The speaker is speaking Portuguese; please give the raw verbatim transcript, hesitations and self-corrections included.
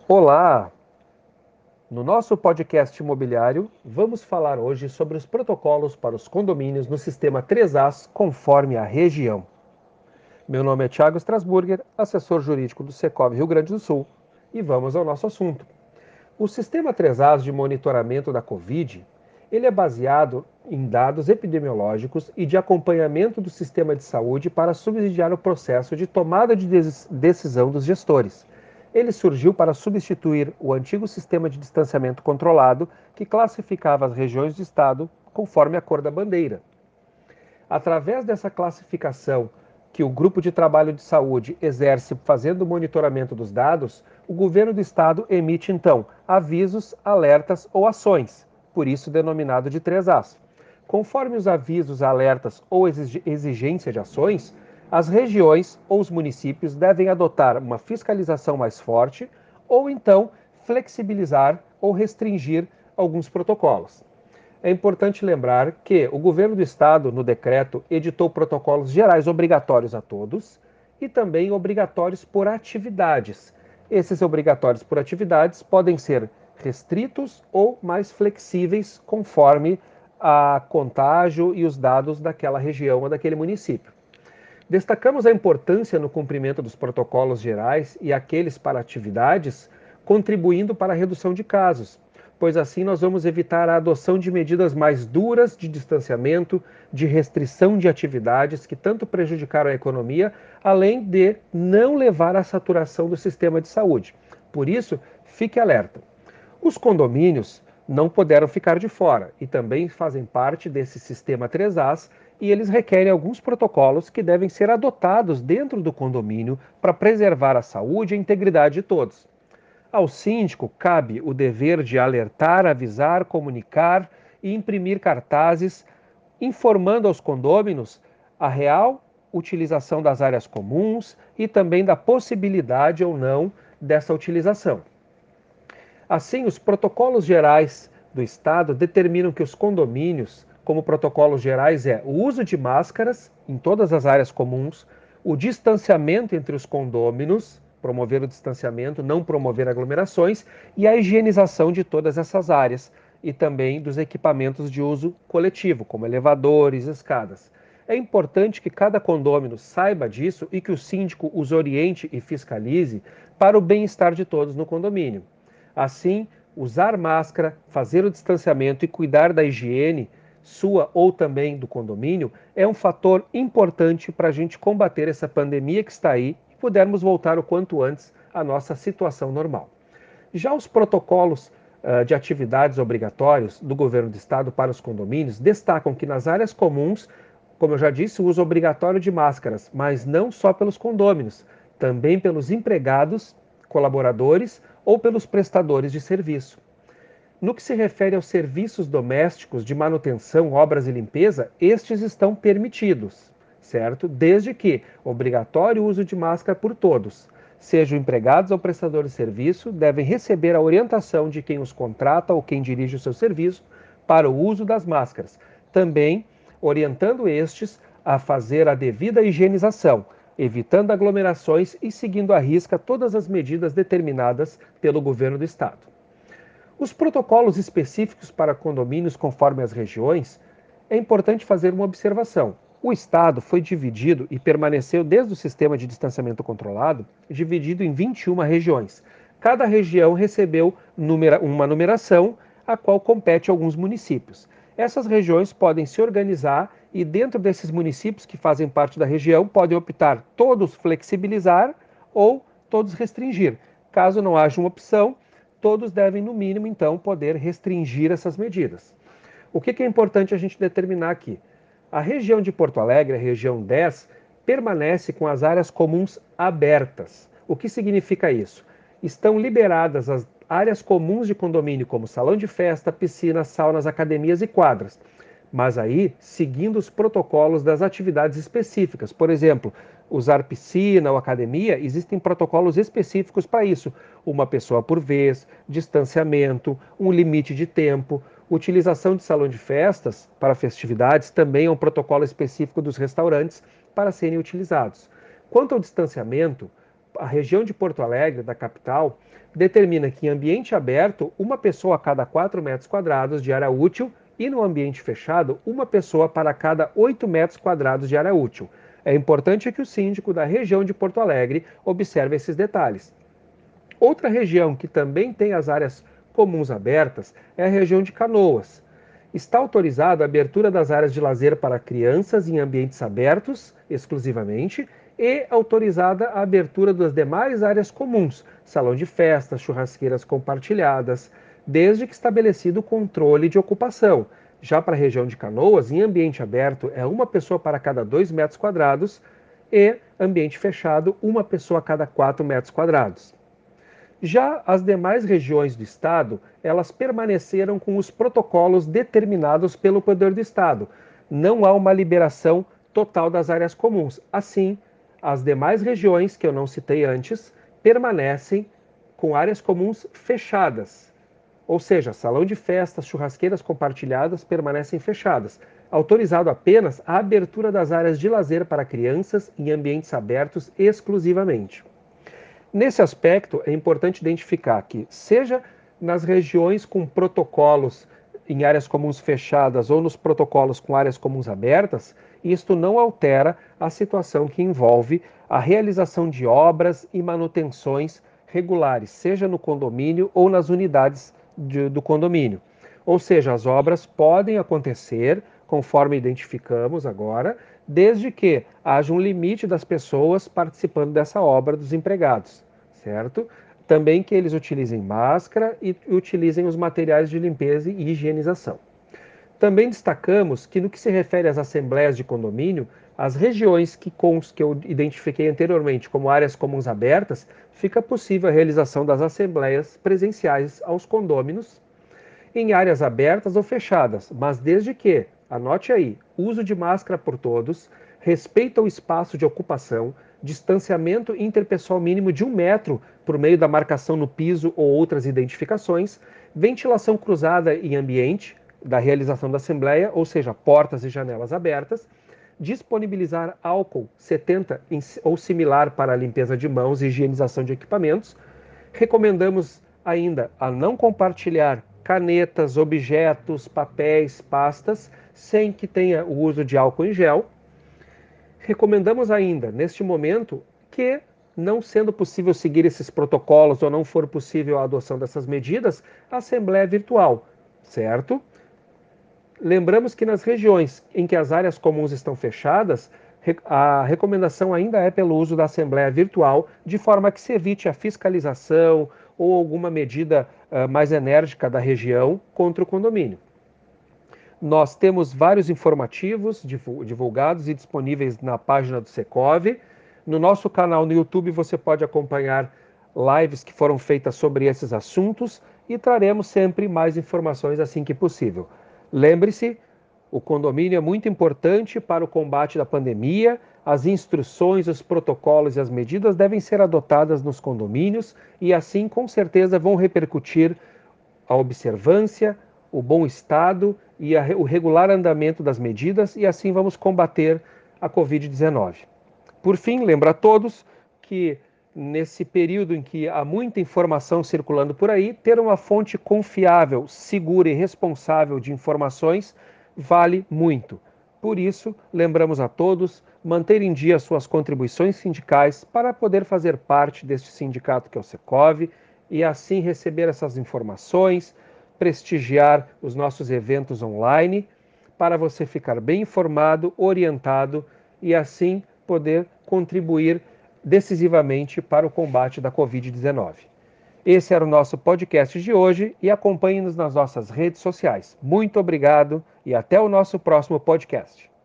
Olá! No nosso podcast imobiliário, vamos falar hoje sobre os protocolos para os condomínios no sistema três As conforme a região. Meu nome é Thiago Strasburger, assessor jurídico do Secov Rio Grande do Sul, e vamos ao nosso assunto. O sistema três As de monitoramento da Covid, ele é baseado em dados epidemiológicos e de acompanhamento do sistema de saúde para subsidiar o processo de tomada de decisão dos gestores. Ele surgiu para substituir o antigo sistema de distanciamento controlado que classificava as regiões do estado conforme a cor da bandeira. Através dessa classificação que o Grupo de Trabalho de Saúde exerce fazendo o monitoramento dos dados, o governo do estado emite, então, avisos, alertas ou ações, por isso denominado de três As. Conforme os avisos, alertas ou exigência de ações, as regiões ou os municípios devem adotar uma fiscalização mais forte ou, então, flexibilizar ou restringir alguns protocolos. É importante lembrar que o governo do estado, no decreto, editou protocolos gerais obrigatórios a todos e também obrigatórios por atividades. Esses obrigatórios por atividades podem ser restritos ou mais flexíveis conforme a contágio e os dados daquela região ou daquele município. Destacamos a importância no cumprimento dos protocolos gerais e aqueles para atividades, contribuindo para a redução de casos, pois assim nós vamos evitar a adoção de medidas mais duras de distanciamento, de restrição de atividades que tanto prejudicaram a economia, além de não levar à saturação do sistema de saúde. Por isso, fique alerta. Os condomínios não puderam ficar de fora e também fazem parte desse sistema três As e eles requerem alguns protocolos que devem ser adotados dentro do condomínio para preservar a saúde e a integridade de todos. Ao síndico cabe o dever de alertar, avisar, comunicar e imprimir cartazes informando aos condôminos a real utilização das áreas comuns e também da possibilidade ou não dessa utilização. Assim, os protocolos gerais do Estado determinam que os condomínios, como protocolos gerais, é o uso de máscaras em todas as áreas comuns, o distanciamento entre os condôminos, promover o distanciamento, não promover aglomerações, e a higienização de todas essas áreas e também dos equipamentos de uso coletivo, como elevadores, escadas. É importante que cada condômino saiba disso e que o síndico os oriente e fiscalize para o bem-estar de todos no condomínio. Assim, usar máscara, fazer o distanciamento e cuidar da higiene sua ou também do condomínio é um fator importante para a gente combater essa pandemia que está aí e pudermos voltar o quanto antes à nossa situação normal. Já os protocolos uh, de atividades obrigatórios do governo do estado para os condomínios destacam que nas áreas comuns, como eu já disse, o uso obrigatório de máscaras, mas não só pelos condôminos, também pelos empregados, colaboradores ou pelos prestadores de serviço. No que se refere aos serviços domésticos de manutenção, obras e limpeza, estes estão permitidos, certo? Desde que obrigatório o uso de máscara por todos. Sejam empregados ou prestadores de serviço, devem receber a orientação de quem os contrata ou quem dirige o seu serviço para o uso das máscaras. Também orientando estes a fazer a devida higienização, evitando aglomerações e seguindo à risca todas as medidas determinadas pelo governo do estado. Os protocolos específicos para condomínios conforme as regiões, é importante fazer uma observação. O estado foi dividido e permaneceu desde o sistema de distanciamento controlado, dividido em vinte e uma regiões. Cada região recebeu numera- uma numeração a qual compete a alguns municípios. Essas regiões podem se organizar e dentro desses municípios que fazem parte da região podem optar todos flexibilizar ou todos restringir. Caso não haja uma opção, todos devem, no mínimo, então, poder restringir essas medidas. O que é importante a gente determinar aqui? A região de Porto Alegre, a região dez, permanece com as áreas comuns abertas. O que significa isso? Estão liberadas as áreas comuns de condomínio, como salão de festa, piscinas, saunas, academias e quadras. Mas aí, seguindo os protocolos das atividades específicas. Por exemplo, usar piscina ou academia, existem protocolos específicos para isso. Uma pessoa por vez, distanciamento, um limite de tempo. Utilização de salão de festas para festividades também é um protocolo específico dos restaurantes para serem utilizados. Quanto ao distanciamento, a região de Porto Alegre, da capital, determina que em ambiente aberto, uma pessoa a cada quatro metros quadrados de área útil e no ambiente fechado, uma pessoa para cada oito metros quadrados de área útil. É importante que o síndico da região de Porto Alegre observe esses detalhes. Outra região que também tem as áreas comuns abertas é a região de Canoas. Está autorizada a abertura das áreas de lazer para crianças em ambientes abertos, exclusivamente, e autorizada a abertura das demais áreas comuns, salão de festas, churrasqueiras compartilhadas, desde que estabelecido o controle de ocupação. Já para a região de Canoas, em ambiente aberto é uma pessoa para cada dois metros quadrados e ambiente fechado, uma pessoa a cada quatro metros quadrados. Já as demais regiões do Estado, elas permaneceram com os protocolos determinados pelo Poder do Estado. Não há uma liberação total das áreas comuns. Assim, as demais regiões, que eu não citei antes, permanecem com áreas comuns fechadas. Ou seja, salão de festas, churrasqueiras compartilhadas permanecem fechadas. Autorizado apenas a abertura das áreas de lazer para crianças em ambientes abertos exclusivamente. Nesse aspecto, é importante identificar que, seja nas regiões com protocolos em áreas comuns fechadas ou nos protocolos com áreas comuns abertas, isto não altera a situação que envolve a realização de obras e manutenções regulares, seja no condomínio ou nas unidades de, do condomínio. Ou seja, as obras podem acontecer, conforme identificamos agora, desde que haja um limite das pessoas participando dessa obra, dos empregados, certo? Também que eles utilizem máscara e utilizem os materiais de limpeza e higienização. Também destacamos que, no que se refere às assembleias de condomínio, as regiões que, que eu identifiquei anteriormente como áreas comuns abertas, fica possível a realização das assembleias presenciais aos condôminos em áreas abertas ou fechadas, mas desde que, anote aí, uso de máscara por todos, respeito ao espaço de ocupação, distanciamento interpessoal mínimo de um metro por meio da marcação no piso ou outras identificações, ventilação cruzada em ambiente da realização da assembleia, ou seja, portas e janelas abertas, disponibilizar álcool setenta ou similar para a limpeza de mãos e higienização de equipamentos. Recomendamos ainda a não compartilhar canetas, objetos, papéis, pastas, sem que tenha o uso de álcool em gel. Recomendamos ainda, neste momento, que, não sendo possível seguir esses protocolos ou não for possível a adoção dessas medidas, a assembleia virtual, certo? Lembramos que nas regiões em que as áreas comuns estão fechadas, a recomendação ainda é pelo uso da assembleia virtual, de forma que se evite a fiscalização ou alguma medida uh, mais enérgica da região contra o condomínio. Nós temos vários informativos divulgados e disponíveis na página do Secov. No nosso canal no YouTube você pode acompanhar lives que foram feitas sobre esses assuntos e traremos sempre mais informações assim que possível. Lembre-se, o condomínio é muito importante para o combate da pandemia. As instruções, os protocolos e as medidas devem ser adotadas nos condomínios e assim com certeza vão repercutir a observância, o bom estado e a, o regular andamento das medidas e assim vamos combater a covid dezenove. Por fim, lembro a todos que nesse período em que há muita informação circulando por aí, ter uma fonte confiável, segura e responsável de informações vale muito. Por isso, lembramos a todos manter em dia suas contribuições sindicais para poder fazer parte deste sindicato que é o Secov e assim receber essas informações, prestigiar os nossos eventos online, para você ficar bem informado, orientado e assim poder contribuir decisivamente para o combate da covid dezenove. Esse era o nosso podcast de hoje e acompanhe-nos nas nossas redes sociais. Muito obrigado e até o nosso próximo podcast.